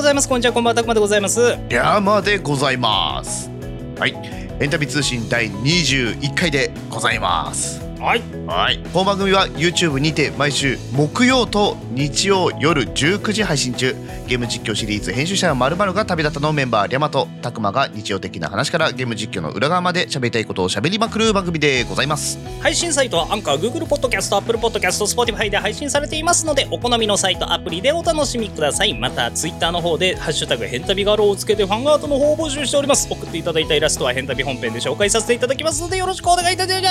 ざいます。こんにちは、こんばんは、たくまでございます。 山でございます。はい、エンタビ通信第21回でございます。 はい。 この番組は YouTube にて毎週木曜と日曜夜19時配信中。ゲーム実況シリーズ編集者の〇〇が旅立ったのメンバーリャマとたくまが日常的な話からゲーム実況の裏側まで喋りたいことを喋りまくる番組でございます。 配信サイトはアンカー、Google Podcast、Apple Podcast、Spotify で配信されていますので、お好みのサイト、アプリでお楽しみください。また Twitter の方でハッシュタグヘンタビガロをつけてファンアートの方を募集しております。送っていただいたイラストはヘンタビ本編で紹介させていただきますので、よろしくお願いいたします。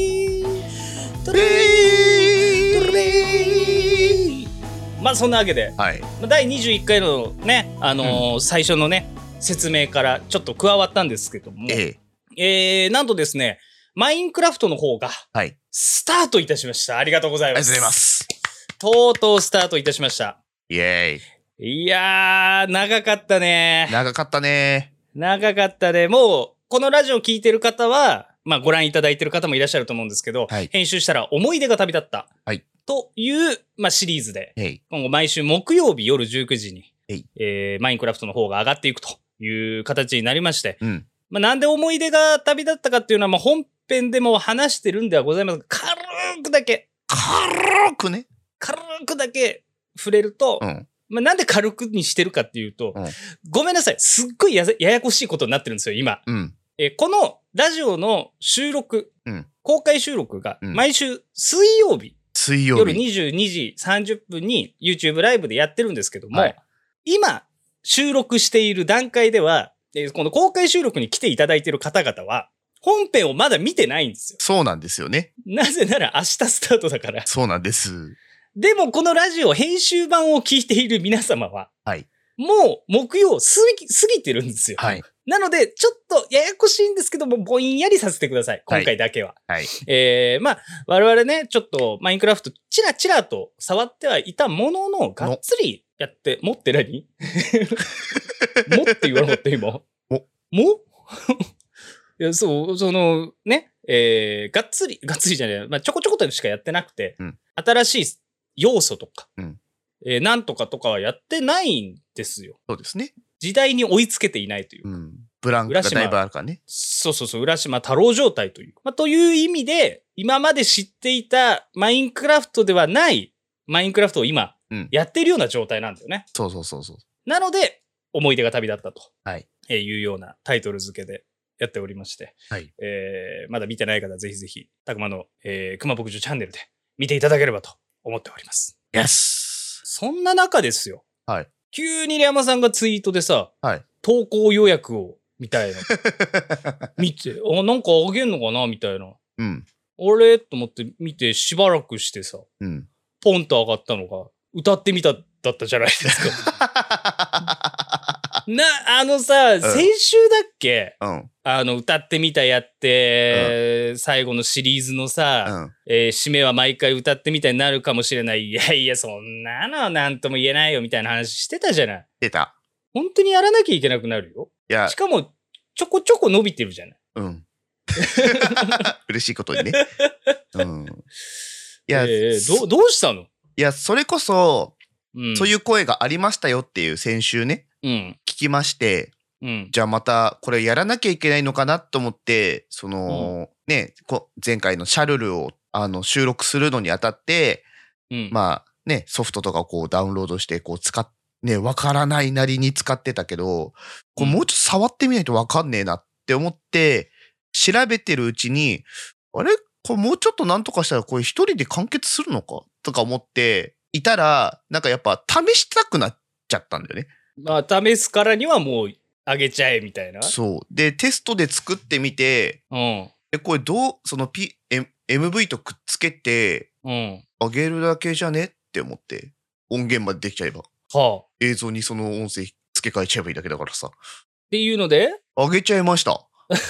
まあそんなわけで、第21回のね、最初のね説明からちょっと加わったんですけども、なんとですね、マインクラフトの方がスタートいたしました。ありがとうございます。 ありがとうございます。 とうとうスタートいたしました。 イエーイ。 いやー、長かったね。 長かったね。 もうこのラジオ聞いてる方は、まあご覧いただいてる方もいらっしゃると思うんですけど、編集したら思い出が旅立った。という、まあ、シリーズで、今後毎週木曜日夜19時に、マインクラフトの方が上がっていくという形になりまして、まあ、なんで思い出が旅立ったかっていうのは、まあ、本編でも話してるんではございますが、軽くだけ触れると、まあ、なんで軽くにしてるかっていうと、ごめんなさい、すっごいややこしいことになってるんですよ、今。このラジオの収録、公開収録が毎週水曜日、夜22時30分に YouTube ライブでやってるんですけども、今収録している段階では、この公開収録に来ていただいている方々は本編をまだ見てないんですよ。 そうなんですよね。 なぜなら明日スタートだから。 そうなんです。 でもこのラジオ編集版を聞いている皆様は、もう木曜過ぎてるんですよ。なので、ちょっとややこしいんですけども、ぼんやりさせてください。今回だけは。まあ、我々ね、ちょっとマインクラフトチラチラと触ってはいたものの、がっつりやって、もって何もって言わなかった今。もいや、そう、その、ね、がっつりじゃない、まあ、ちょこちょことしかやってなくて、新しい要素とか、なんとかとかはやってないんですよ。 そうですね。 時代に追いつけていないというか。 ブランクがだいぶあるからね。 そう、浦島太郎状態という。まあ、という意味で、今まで知っていたマインクラフトではないマインクラフトを今、やっているような状態なんだよね。 そう。 なので、思い出が旅立ったと。いうようなタイトル付けでやっておりまして。まだ見てない方はぜひぜひ、たくまの、熊牧場チャンネルで見ていただければと思っております。そんな中ですよ。急にリャマさんがツイートでさ、投稿予約を、みたいな。見て、なんかあげんのかなみたいな。あれと思って見てしばらくしてさ、ポンと上がったのが、歌ってみただったじゃないですか。先週だっけ、歌ってみたやって、最後のシリーズのさ、締めは毎回歌ってみたになるかもしれない。いや、そんなのはなんとも言えないよ、みたいな話してたじゃない。 出た。 本当にやらなきゃいけなくなるよ。しかも、ちょこちょこ伸びてるじゃない。 嬉しいことにね。いや、 どうしたの？ いや、それこそ、そういう声がありましたよっていう先週ね、聞きまして、じゃあまたこれやらなきゃいけないのかなと思って、その、ね、前回のシャルルを収録するのにあたって、まあね、ソフトとかをこうダウンロードしてこうね、わからないなりに使ってたけど、これもうちょっと触ってみないとわかんねえなって思って、調べてるうちに、あれこれもうちょっとなんとかしたらこれ一人で完結するのかとか思っていたら、なんかやっぱ試したくなっちゃったんだよね。 まあ試すからにはもうあげちゃえみたいな。 そう。で、テストで作ってみて、これそのMV とくっつけて、あげるだけじゃねって思って、音源までできちゃえば。映像にその音声付け替えちゃえばいいだけだからさ。 っていうのであげちゃいました。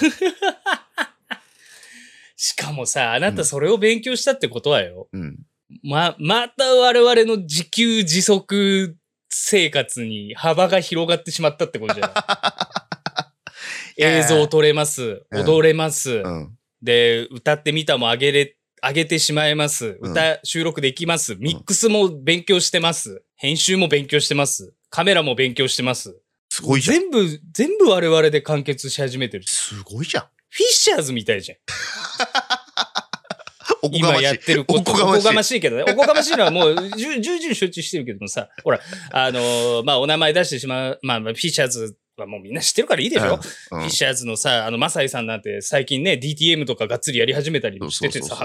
しかもさ、あなたそれを勉強したってことはよ。また我々の自給自足生活に幅が広がってしまったってことじゃない映像撮れます。踊れます。で、歌ってみたも上げてしまいます。収録できます。ミックスも勉強してます。編集も勉強してます。 カメラも勉強してます。 すごいじゃん。 全部我々で完結し始めてる。 すごいじゃん。 フィッシャーズみたいじゃん。 おこがましい。 今やってること。おこがましいけどね。おこがましいのはもう重々承知してるけどもさ、ほら、まあ、お名前出してしまう、まあ、フィッシャーズはもうみんな知ってるからいいでしょ、フィッシャーズのさ、マサイさんなんて最近ね、DTM とかがっつりやり始めたりしててさ、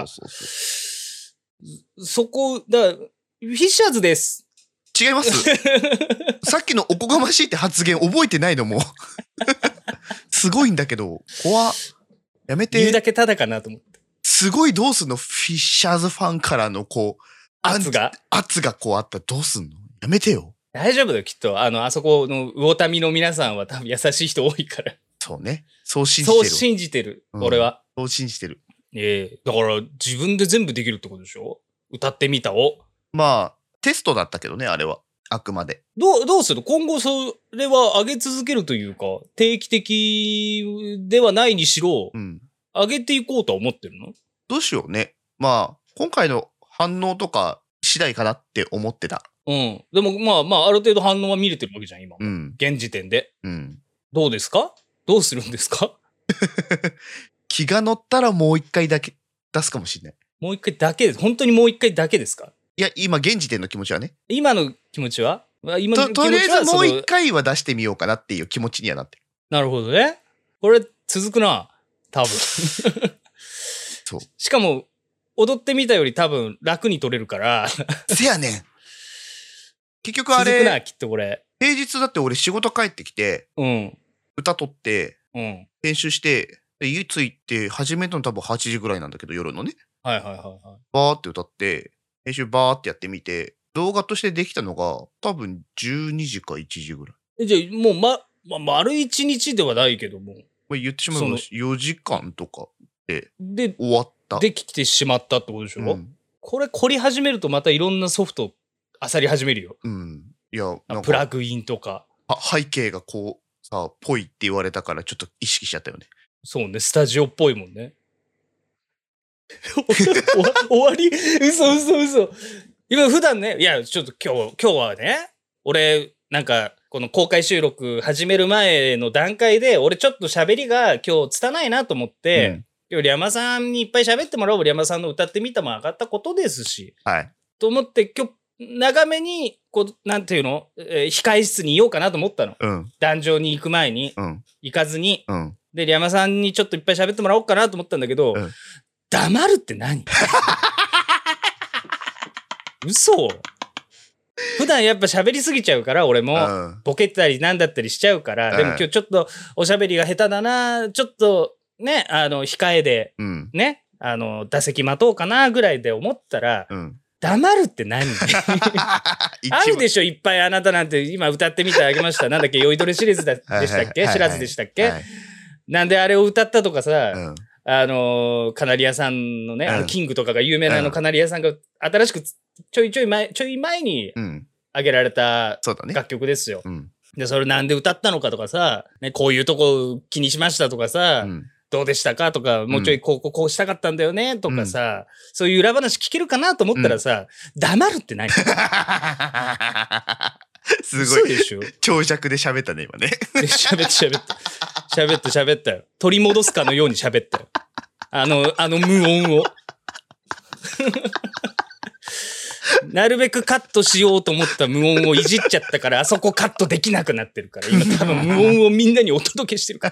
そこ、フィッシャーズです。 違います。さっきのおこがましいって発言覚えてないのも。すごいんだけど、怖っ。やめて。 言うだけただかなと思って。 すごいどうすんの？フィッシャーズファンからの圧があったらどうすんの？やめてよ。 大丈夫だよ、きっと。あそこの魚民の皆さんは多分優しい人多いから。 そうね。そう信じてる。俺は。 そう信じてる。 だから自分で全部できるってことでしょ？歌ってみたを。 まあ、テストだったけどね、あれは。あくまで。 どうする？今後それは上げ続けるというか、定期的ではないにしろ、上げていこうとは思ってるの？ どうしようね。まあ、今回の反応とか次第かなって思ってた。 でもまあ、ある程度反応は見れてるわけじゃん、今。現時点で。どうですか？どうするんですか？ 気が乗ったらもう一回だけ出すかもしれない。 もう一回だけです。本当にもう一回だけですか？ いや、今、現時点の気持ちはね。 今の気持ちは？ とりあえずもう一回は出してみようかなっていう気持ちにはなってる。 なるほどね。これ続くな。多分。 そう。 しかも、踊ってみたより多分楽に撮れるから。 せやねん。結局あれ、 続くな、きっとこれ。 平日だって俺仕事帰ってきて、歌撮って、編集して、家着いて始めたの多分8時ぐらいなんだけど、夜のね。 はい。 バーって歌って、編集バーってやってみて、動画としてできたのが多分12時か1時ぐらい。 じゃあもう丸1日ではないけども。 言ってしまうと4時間とかで終わった。 できてしまったってことでしょ、これ凝り始めるとまたいろんなソフト漁り始めるよ。 いや、なんかプラグインとか。 背景がぽいって言われたからちょっと意識しちゃったよね。 そうね、スタジオっぽいもんね。終わり？嘘。今普段ね、いや、ちょっと今日はね、俺、なんか、この公開収録始める前の段階で、俺ちょっと喋りが今日拙いなと思って、今日リャマさんにいっぱい喋ってもらおう。リャマさんの歌ってみたも上がったことですし。と思って、今日、長めに、なんていうの、控え室にいようかなと思ったの。壇上に行く前に、行かずに。で、リャマさんにちょっといっぱい喋ってもらおうかなと思ったんだけど、黙るって何？嘘？普段やっぱ喋りすぎちゃうから、俺も、ボケたりなんだったりしちゃうから、でも今日ちょっとおしゃべりが下手だな、ちょっとね、控えで、ね、打席待とうかなぐらいで思ったら、黙るって何？あるでしょ、いっぱい。あなたなんて今歌ってみてあげました。なんだっけ、酔いどれシリーズでしたっけ？知らずでしたっけ？なんであれを歌ったとかさ、カナリアさんのね、キングとかが有名なカナリアさんが新しくちょい前に挙げられた楽曲ですよ。で、それなんで歌ったのかとかさ、ね、こういうとこ気にしましたとかさ、どうでしたかとか、もうちょいこうしたかったんだよねとかさ、そういう裏話聞けるかなと思ったらさ、黙るって何？ すごい。長尺で喋ったね、今ね。 喋ったよ。取り戻すかのように喋ったよ。無音を。なるべくカットしようと思った無音をいじっちゃったから、あそこカットできなくなってるから、今多分無音をみんなにお届けしてるから。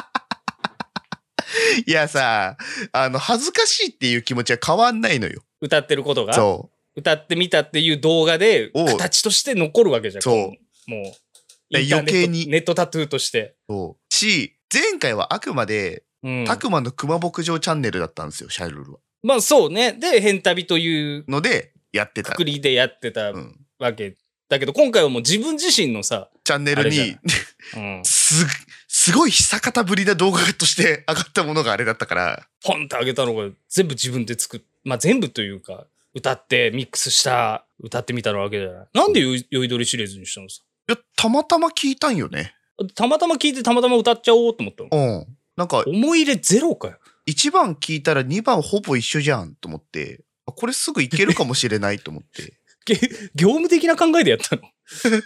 いやさ、恥ずかしいっていう気持ちは変わんないのよ。 歌ってることが。 そう。 歌ってみたっていう動画で、形として残るわけじゃん。 そう。 もう、余計に。ネットタトゥーとして。 そう。前回はあくまで、たくまの熊牧場チャンネルだったんですよ、シャルルは。 まあそうね。で、変旅というので、やってた。 くくりでやってたわけ。だけど、今回はもう自分自身のさ、 チャンネルに、すごい久方ぶりな動画として上がったものがあれだったから。 ポンって上げたのが全部自分でまあ全部というか、歌ってミックスした歌ってみたわけじゃない。なんで酔いどれシリーズにしたのさ。 いや、たまたま聞いたんよね。 たまたま聞いてたまたま歌っちゃおうと思ったの。なんか。 思い入れゼロかよ。 1番聞いたら2番ほぼ一緒じゃんと思って、これすぐいけるかもしれないと思って。 業務的な考えでやったの？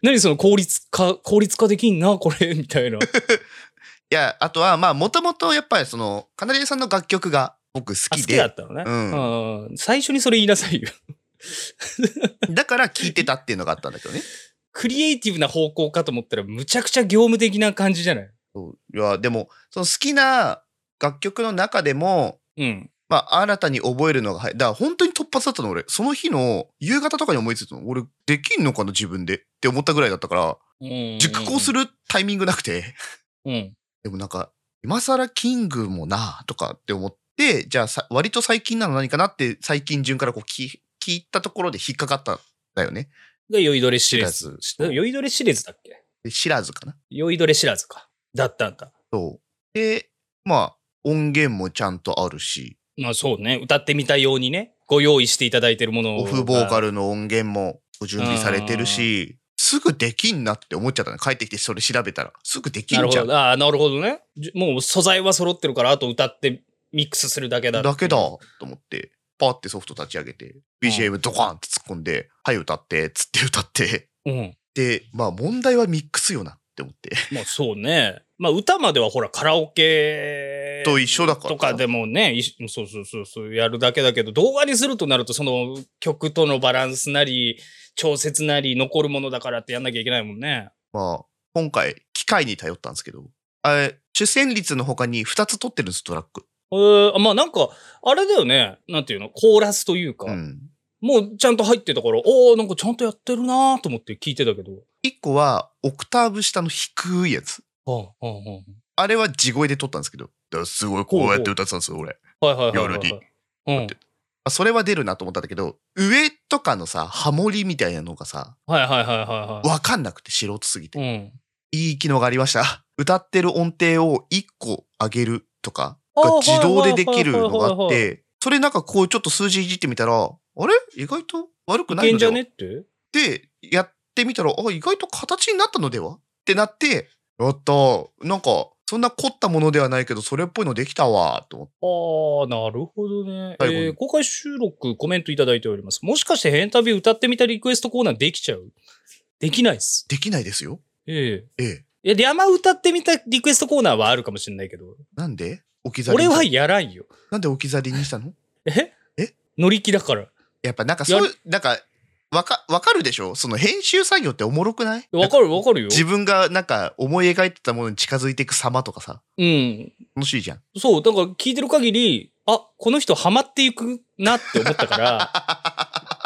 何その効率化できんな、これ、みたいな。いや、あとは、まあ、もともとやっぱりカナリアさんの楽曲が僕好きで。 好きだったのね。うん。最初にそれ言いなさいよ。 だから聴いてたっていうのがあったんだけどね。 クリエイティブな方向かと思ったら、むちゃくちゃ業務的な感じじゃない？ いや、でも、その好きな楽曲の中でも、まあ、新たに覚えるのが、だから本当に突発だったの、俺。その日の夕方とかに思いついたの。俺、できんのかな、自分でって思ったぐらいだったから、熟考するタイミングなくて。でもなんか、今更キングもな、とかって思って、じゃあ割と最近なの何かなって、最近順からこう聞いたところで引っかかったんだよね。 で、酔いどれ知らず。酔いどれ知らずだっけ？ 知らずかな。 酔いどれ知らずか。だったんだ。 そう。で、まあ、音源もちゃんとあるし。 まあそうね。歌ってみたようにね、ご用意していただいてるものを。 オフボーカルの音源も準備されてるし、すぐできんなって思っちゃったね。帰ってきてそれ調べたら。すぐできんじゃん。 なるほどね。もう素材は揃ってるから、あと歌ってミックスするだけだ。 だけだと思って、パーってソフト立ち上げて、BGM ドカーンって突っ込んで、はい歌って、つって歌って。で、まあ問題はミックスよなって思って。 まあそうね。まあ歌まではほらカラオケと一緒だからとかでもね、そうやるだけだけど、動画にするとなるとその曲とのバランスなり、調節なり残るものだからってやんなきゃいけないもんね。 まあ、今回機械に頼ったんですけど、主旋律の他に2つ取ってるんです、トラック。 まあなんか、あれだよね。なんていうの？コーラスというか。もうちゃんと入ってたから、なんかちゃんとやってるなと思って聞いてたけど。 1個はオクターブ下の低いやつ。あれは地声で撮ったんですけど、だからすごいこうやって歌ってたんですよ、俺。夜に。それは出るなと思ったんだけど、上とかのさ、ハモリみたいなのがさ、わかんなくて素人すぎて。いい機能がありました。歌ってる音程を1個上げるとかが自動でできるのがあって、それなんかこうちょっと数字いじってみたら、あれ意外と悪くないのでは？で、やってみたら、意外と形になったのではってなって、やったー。なんか、そんな凝ったものではないけど、それっぽいのできたわーと思って。 なるほどね。公開収録コメントいただいております。もしかして変旅歌ってみたリクエストコーナーできちゃう？できないっす。 できないですよ。 山歌ってみたリクエストコーナーはあるかもしれないけど。 なんで置き去り俺はやらんよ。 なんで置き去りにしたの？ 乗り気だから。 やっぱなんかそういう、なんか、わかるでしょ？その編集作業っておもろくない？ わかるよ。 自分がなんか思い描いてたものに近づいていく様とかさ。楽しいじゃん。 そう、だから聞いてる限り、この人ハマっていくなって思ったから、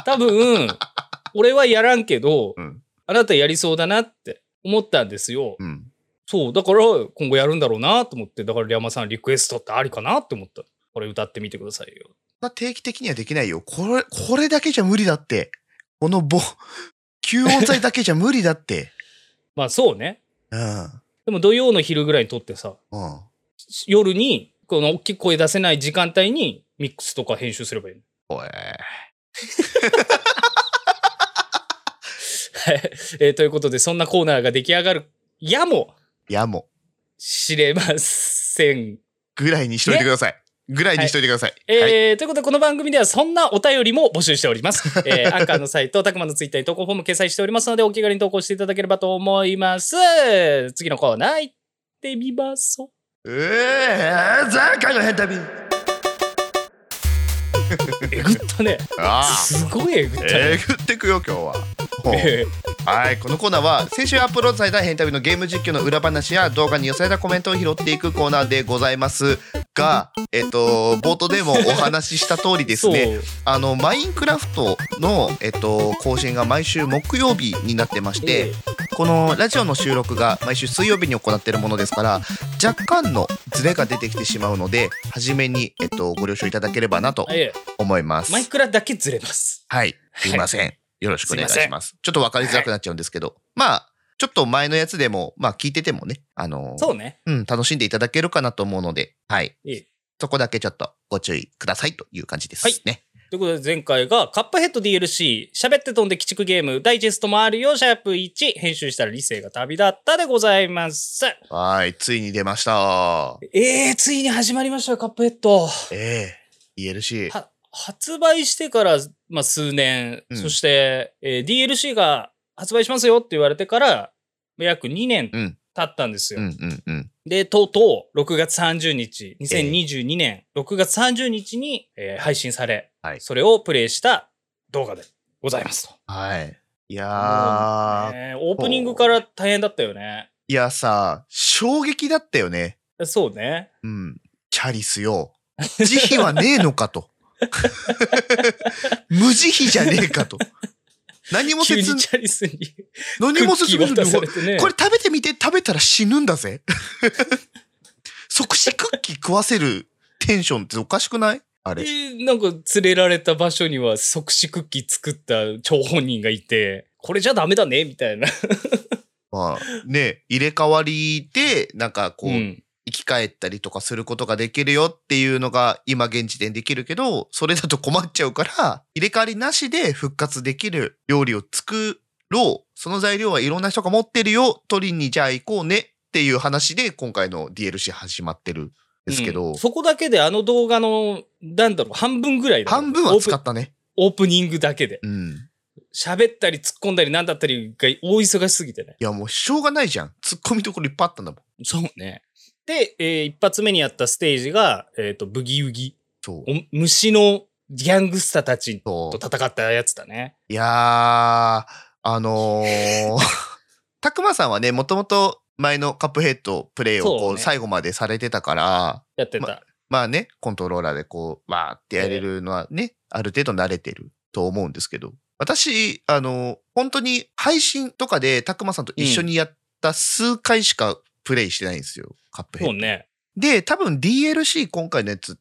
多分、俺はやらんけど、あなたやりそうだなって思ったんですよ。そう、だから今後やるんだろうなと思って、だから山さんリクエストってありかなって思った。これ歌ってみてくださいよ。 定期的にはできないよ。これだけじゃ無理だって。この吸音材だけじゃ無理だって。 まあそうね。でも土曜の昼ぐらいに撮ってさ、夜にこの大きい声出せない時間帯にミックスとか編集すればいいの。ということで、そんなコーナーが出来上がるやもしれません。 ぐらいにしといてください。ぐらいにしといてください。 ということで、この番組ではそんなお便りも募集しております。アンカーのサイト、たくまのツイッターに投稿フォーム掲載しておりますので、お気軽に投稿していただければと思います。次のコーナー行ってみましょう。 前回の変旅。 えぐったね。すごいえぐったね。 えぐってくよ、今日は。はい、このコーナーは先週アップロードされた変旅のゲーム実況の裏話や動画に寄せられたコメントを拾っていくコーナーでございますが、冒頭でもお話しした通りですね、マインクラフトの、更新が毎週木曜日になってまして、このラジオの収録が毎週水曜日に行っているものですから、若干のズレが出てきてしまうので、初めに、ご了承いただければなと思います。 マイクラだけずれます。 はい、すいません。よろしくお願いします。ちょっと分かりづらくなっちゃうんですけど、まあちょっと前のやつでも聞いててもね、 そうね、 楽しんでいただけるかなと思うので、はい、そこだけちょっとご注意くださいという感じですね。 ということで、前回がカップヘッド DLC 喋って飛んで鬼畜ゲームダイジェストもあるよシャープ1編集したら理性が旅立ったでございます。 はい、ついに出ました。 ついに始まりましたよ、カップヘッド。 DLC。 発売してから、数年、そして、DLC が発売しますよって言われてから、約2年経ったんですよ。で、とうとう6月30日、2022年6月30日に、配信され、それをプレイした動画でございますと。 はい。いやー、 オープニングから大変だったよね。 いやさ、衝撃だったよね。 そうね。 うん。チャリスよ。慈悲はねえのかと。無慈悲じゃねえかと。何も急にチャリスに何も説明渡されてね。 これ食べてみて、食べたら死ぬんだぜ。即死クッキー食わせるテンションっておかしくない？あれ。 なんか連れられた場所には即死クッキー作った張本人がいて、これじゃダメだねみたいな。 まあね、入れ替わりでなんかこう、生き返ったりとかすることができるよっていうのが今現時点できるけど、それだと困っちゃうから入れ替わりなしで復活できる料理を作ろう。その材料はいろんな人が持ってるよ。取りにじゃあ行こうねっていう話で今回の DLC 始まってるんですけど、 そこだけであの動画の半分ぐらいだ。 半分は使ったね。 オープニングだけで。喋ったり突っ込んだりなんだったりが大忙しすぎてね。 いやもうしょうがないじゃん。突っ込みどころいっぱいあったんだもん。 そうね。で、一発目にやったステージが、ブギウギ。虫のギャングスターたちと戦ったやつだね。 いやー、たくまさんはね、もともと前のカップヘッドプレイをこう最後までされてたから、 やってた。 まあね、コントローラーでこう、わーってやれるのはね、ある程度慣れてると思うんですけど、私、本当に配信とかでたくまさんと一緒にやった数回しかプレイしてないんですよ、カップヘッド。 そうね。 で、多分 DLC 今回のやつって、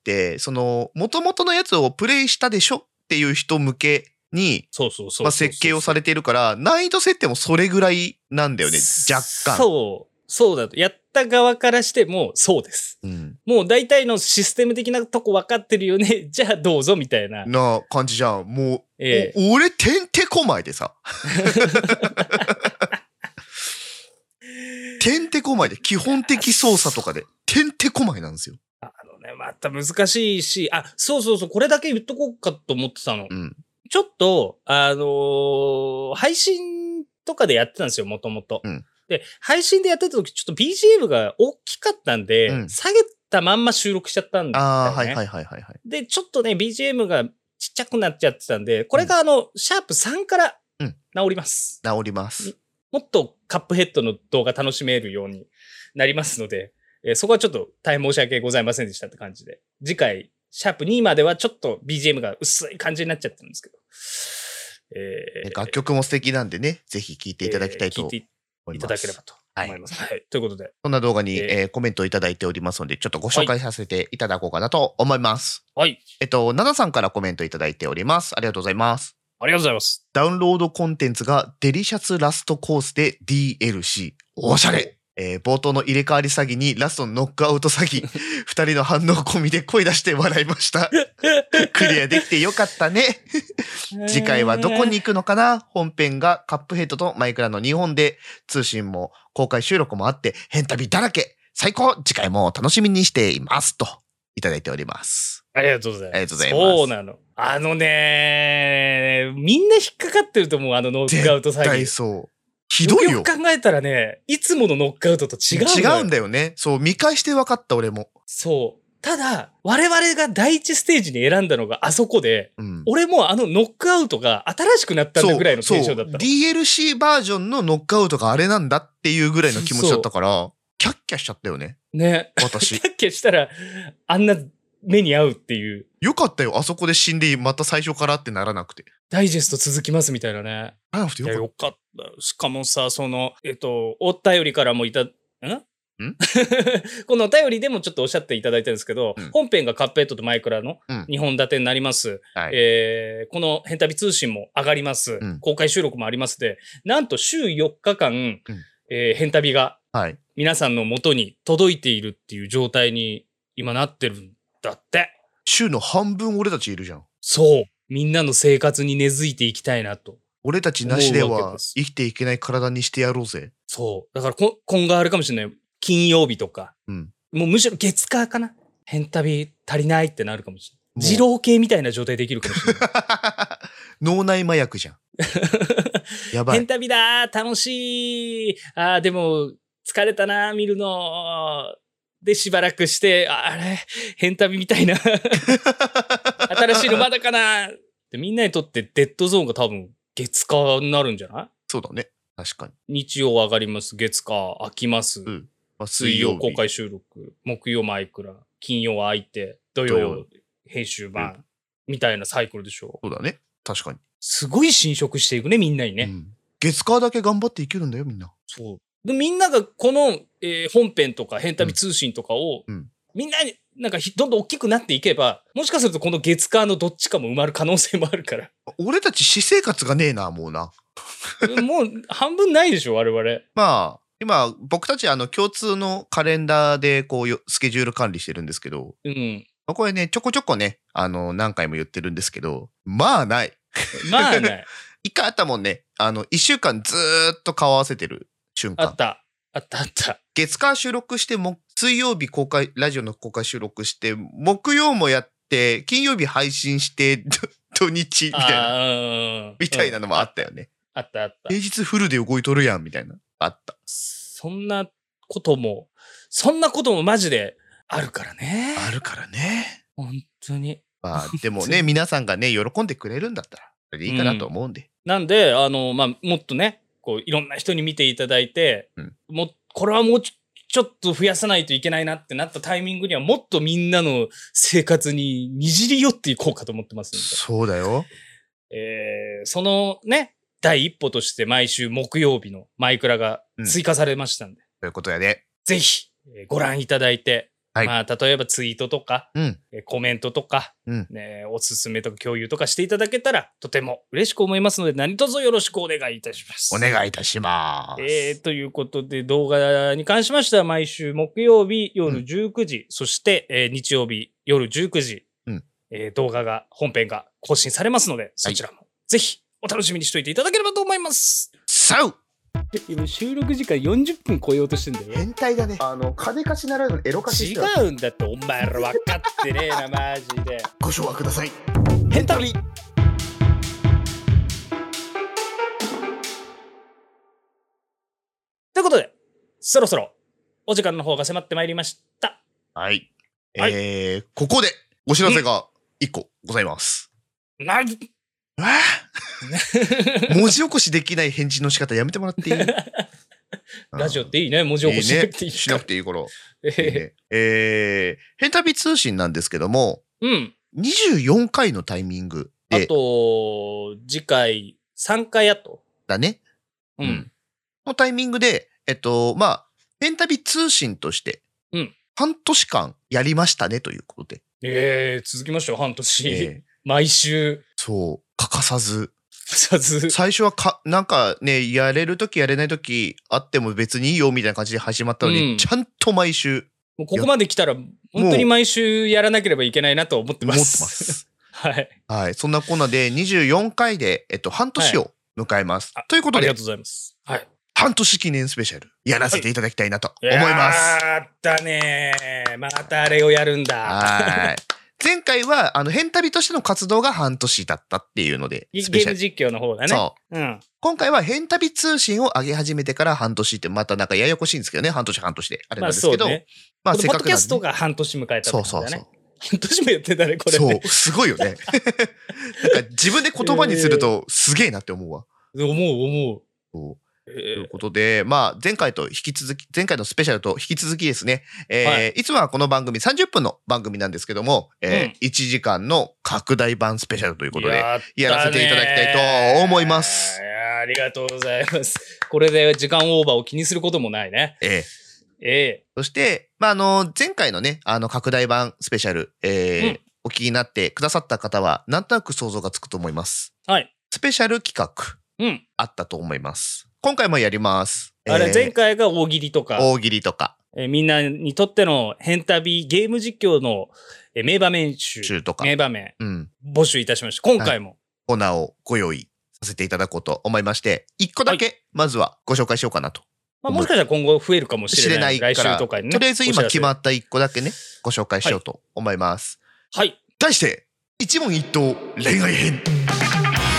元々のやつをプレイしたでしょっていう人向けに、設計をされているから、難易度設定もそれぐらいなんだよね、若干。 そうだと。やった側からしてもそうです。もう大体のシステム的なとこ分かってるよね。じゃあどうぞみたいな。 な感じじゃん。もう、俺てんてこまいでさ。てんてこまいで、基本的操作とかで、てんてこまいなんですよ。 また難しいし、そう、これだけ言っとこうかと思ってたの。ちょっと、配信とかでやってたんですよ、もともと。で、配信でやってた時、ちょっと BGM が大きかったんで、下げたまんま収録しちゃったんだよね。はい。で、ちょっとね、BGM がちっちゃくなっちゃってたんで、これがシャープ3から直ります。 直ります。 もっとカップヘッドの動画楽しめるようになりますので、そこはちょっと大変申し訳ございませんでしたって感じで。次回、シャープ2まではちょっと BGM が薄い感じになっちゃってるんですけど。 楽曲も素敵なんでね、ぜひ聴いていただきたいと思います。 聞いていただければと思います。はい。ということで。 そんな動画に、コメントをいただいておりますので、ちょっとご紹介させていただこうかなと思います。 はい。 ナナさんからコメントいただいております。ありがとうございます。 ありがとうございます。 ダウンロードコンテンツがデリシャスラストコースで DLC。おしゃれ。冒頭の入れ替わり詐欺にラストのノックアウト詐欺。二人の反応込みで声出して笑いました。クリアできてよかったね。次回はどこに行くのかな？本編がカップヘッドとマイクラの2本で、通信も公開収録もあって、変旅だらけ。最高！次回も楽しみにしています。と、いただいております。 ありがとうございます。 ありがとうございます。 そうなの。みんな引っかかってると思う、ノックアウト詐欺。 絶対そう。ひどいよ。 よく考えたらね、いつものノックアウトと違うんだよね。そう、見返して分かった俺も。 そう。ただ、我々が第一ステージに選んだのがあそこで、俺もノックアウトが新しくなったんだぐらいのテンションだったの。 DLC バージョンのノックアウトがあれなんだっていうぐらいの気持ちだったから、キャッキャしちゃったよね。 ね。 私。 キャッキャしたら、あんな目に合うっていう。 よかったよ。あそこで死んでまた最初からってならなくて。 ダイジェスト続きますみたいなね。 よかった。しかもさ、お便りからもこのお便りでもちょっとおっしゃっていただいたんですけど、本編がカップヘッドとマイクラの2本立てになります。この変旅通信も上がります。公開収録もありますで、なんと週4日間、変旅が皆さんの元に届いているっていう状態に今なってるんだって。 週の半分俺たちいるじゃん。 そう。みんなの生活に根付いていきたいなと。 俺たちなしでは生きていけない体にしてやろうぜ。 そう。だから今後あるかもしれない。金曜日とか。もうむしろ月火かな。変旅足りないってなるかもしれない。二郎系みたいな状態できるかもしれない。 脳内麻薬じゃん。やばい。 変旅だー、楽しい。でも、疲れたなー、見るの。で、しばらくして、あれ、変旅みたいな。新しいのまだかなで。みんなにとってデッドゾーンが多分、月火になるんじゃない？ そうだね。確かに。 日曜上がります。月火空きます。水曜公開収録。木曜マイクラ。金曜空いて。土曜編集版。みたいなサイクルでしょ。 そうだね。確かに。 すごい侵食していくね、みんなにね。 月火だけ頑張っていけるんだよ、みんな。 そう。で、みんながこの、本編とか変旅通信とかを、みんなになんかどんどん大きくなっていけば、もしかするとこの月火のどっちかも埋まる可能性もあるから。 俺たち私生活がねえな、もうな。 もう半分ないでしょ、我々。 まあ、今、僕たち共通のカレンダーでこう、スケジュール管理してるんですけど、これね、ちょこちょこね、何回も言ってるんですけど、まあない。 まあない。 一回あったもんね。一週間ずーっと顔合わせてる瞬間。 あった。 月火収録しても、水曜日公開、ラジオの公開収録して、木曜もやって、金曜日配信して、土日みたいな。みたいなのもあったよね。 あった。 平日フルで動いとるやん、みたいな。あった。 そんなこともマジであるからね。本当に。 まあ、でもね、皆さんがね、喜んでくれるんだったら、それでいいかなと思うんで。 なんで、もっとね、こう、いろんな人に見ていただいて、これはもうちょっと増やさないといけないなってなったタイミングには、もっとみんなの生活ににじり寄っていこうかと思ってますんで。 そうだよ。 そのね、第一歩として毎週木曜日のマイクラが追加されましたんで。 ということやね。 ぜひ、ご覧いただいて、まあ、例えばツイートとか、コメントとか、おすすめとか共有とかしていただけたら、とても嬉しく思いますので、何卒よろしくお願いいたします。 お願いいたします。 ということで、動画に関しましては、毎週木曜日夜19時、そして、日曜日夜19時、動画が、本編が更新されますので、そちらも、ぜひ、お楽しみにしておいていただければと思います。今収録時間40分超えようとしてんだよ。 変態だね。金貸しならぬエロ貸し。 違うんだって、お前ら分かってねえな、マジで。 ご唱和ください。 変旅。ということで、そろそろお時間の方が迫ってまいりました。 はい。ここでお知らせが1個ございます。文字起こしできない返事の仕方やめてもらっていい？ ラジオっていいね。文字起こししなくていい。 しなくていいから。変旅通信なんですけども、24回のタイミングで。 あと、次回3回後。 だね。のタイミングで、まあ、変旅通信として、半年間やりましたねということで。 続きましたよ、半年。毎週。 そう。欠かさず。最初はなんかね、やれるときやれないときあっても別にいいよみたいな感じで始まったのに、ちゃんと毎週。 もうここまで来たら、本当に毎週やらなければいけないなと思ってます。はい。 はい。そんなこんなで24回で、半年を迎えます。ということで。 ありがとうございます。はい。 半年記念スペシャル、やらせていただきたいなと思います。 やったねー。またあれをやるんだ。 はい。前回は、変旅としての活動が半年だったっていうので、 ゲーム実況の方だね。 そう。今回は変旅通信を上げ始めてから半年って、またなんかややこしいんですけどね、半年で。あれなんですけど。 まあ、せっかくポッドキャストが半年迎えたってことだね。半年もやってたね、これ。 そう、すごいよね。なんか自分で言葉にするとすげえなって思うわ。 思う。 ということで、まあ、前回のスペシャルと引き続きですね、いつもはこの番組30分の番組なんですけども、1時間の拡大版スペシャルということで、やらせていただきたいと思います。 ありがとうございます。これで時間オーバーを気にすることもないね。 そして、まあ、前回のね、拡大版スペシャル、お聞きになってくださった方は、なんとなく想像がつくと思います。 はい。 スペシャル企画、あったと思います。今回もやります。 前回が大喜利とか。みんなにとっての変旅ゲーム実況の名場面集とか。名場面。募集いたしました。今回も。 コーナーをご用意させていただこうと思いまして、1個だけ、まずはご紹介しようかなと。 まあ、もしかしたら今後増えるかもしれない。来週とかにね。 とりあえず今決まった1個だけね、ご紹介しようと思います。 はい。 題して、一問一答恋愛編。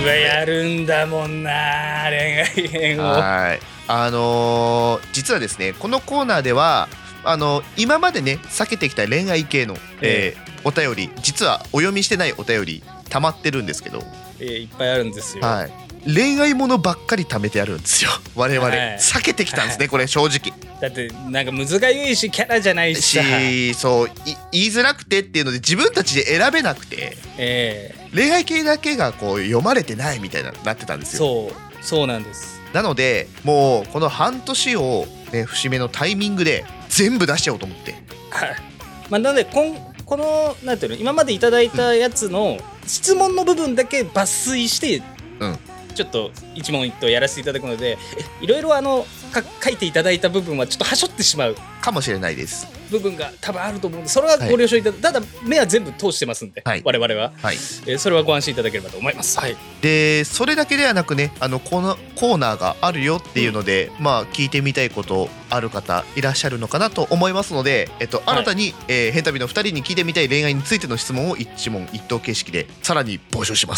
はやるんだもんな、恋愛編を。 はい。実はですね、このコーナーでは今までね避けてきた恋愛系の、お便り、実はお読みしてないお便り溜まってるんですけど、 いっぱいあるんですよ。 はい。恋愛ものばっかり貯めてあるんですよ。我々、避けてきたんですね、これ正直。 だってなんかむずがゆいしキャラじゃないしさ、 そう言いづらくてっていうので自分たちで選べなくて、恋愛系だけがこう読まれてないみたいなってたんですよ。 そうなんです。 なのでもうこの半年を、ね、節目のタイミングで全部出しちゃおうと思って。 なのでこのなんていうの、今までいただいたやつの質問の部分だけ抜粋して、ちょっと一問一答やらせていただくので、いろいろ書いていただいた部分はちょっとはしょってしまうかもしれないです部分が多分あると思うんで、それはご了承いただいて、ただ目は全部通してますんで、我々は、それはご安心いただければと思います。 でそれだけではなくね、このコーナーがあるよっていうので、聞いてみたいことある方いらっしゃるのかなと思いますので、新たに、変旅の2人に聞いてみたい恋愛についての質問を一問一答形式でさらに募集します。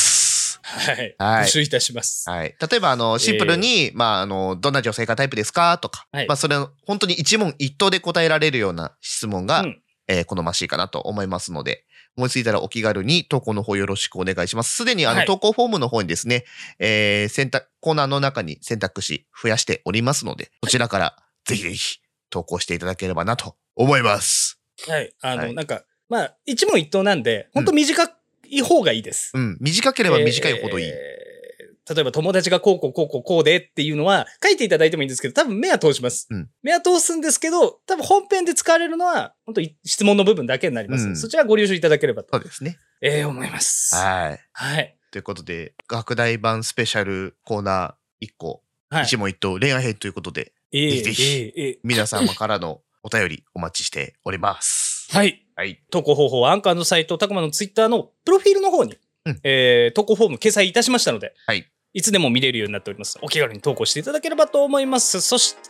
募集いたします。 例えばシンプルに、どんな女性がタイプですかとか、それ本当に一問一答で答えられるような質問が、好ましいかなと思いますので、思いついたらお気軽に投稿の方よろしくお願いします。すでに投稿フォームの方にですね、コーナーの中に選択肢増やしておりますので、そちらからぜひぜひ投稿していただければなと思います。 なんか一問一答なんで本当短い方がいいです。 短ければ短いほどいい。 例えば友達がこうでっていうのは書いていただいてもいいんですけど、多分目は通します。目は通すんですけど、多分本編で使われるのは本当質問の部分だけになります。そちらご了承いただければと。 そうですね。 思います。 ということで、学大版スペシャルコーナー1個、一問一答恋愛編ということで、ぜひ皆様からのお便りお待ちしております。投稿方法はアンカーのサイト、たくまのツイッターのプロフィールの方に、投稿フォーム掲載いたしましたので、いつでも見れるようになっております。お気軽に投稿していただければと思います。そして、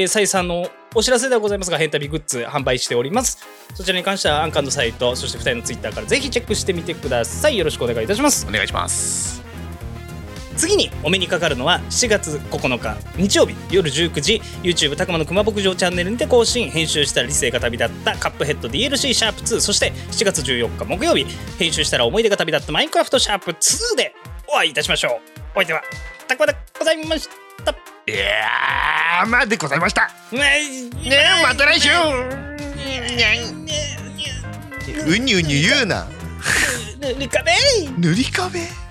再三のお知らせではございますが、変旅グッズ販売しております。そちらに関してはアンカーのサイト、そして2人のツイッターからぜひチェックしてみてください。よろしくお願いいたします。 お願いします。 次にお目にかかるのは7月9日日曜日夜19時 YouTube たくまの熊牧場チャンネルにて更新、編集したら理性が旅立ったカップヘッド DLC シャープ2、そして7月14日木曜日編集したら思い出が旅立ったマインクラフトシャープ2でお会いいたしましょう。お相手はたくまでございました。 いやー、でございました。また来週。うにゅうにゅ言うな。 塗り壁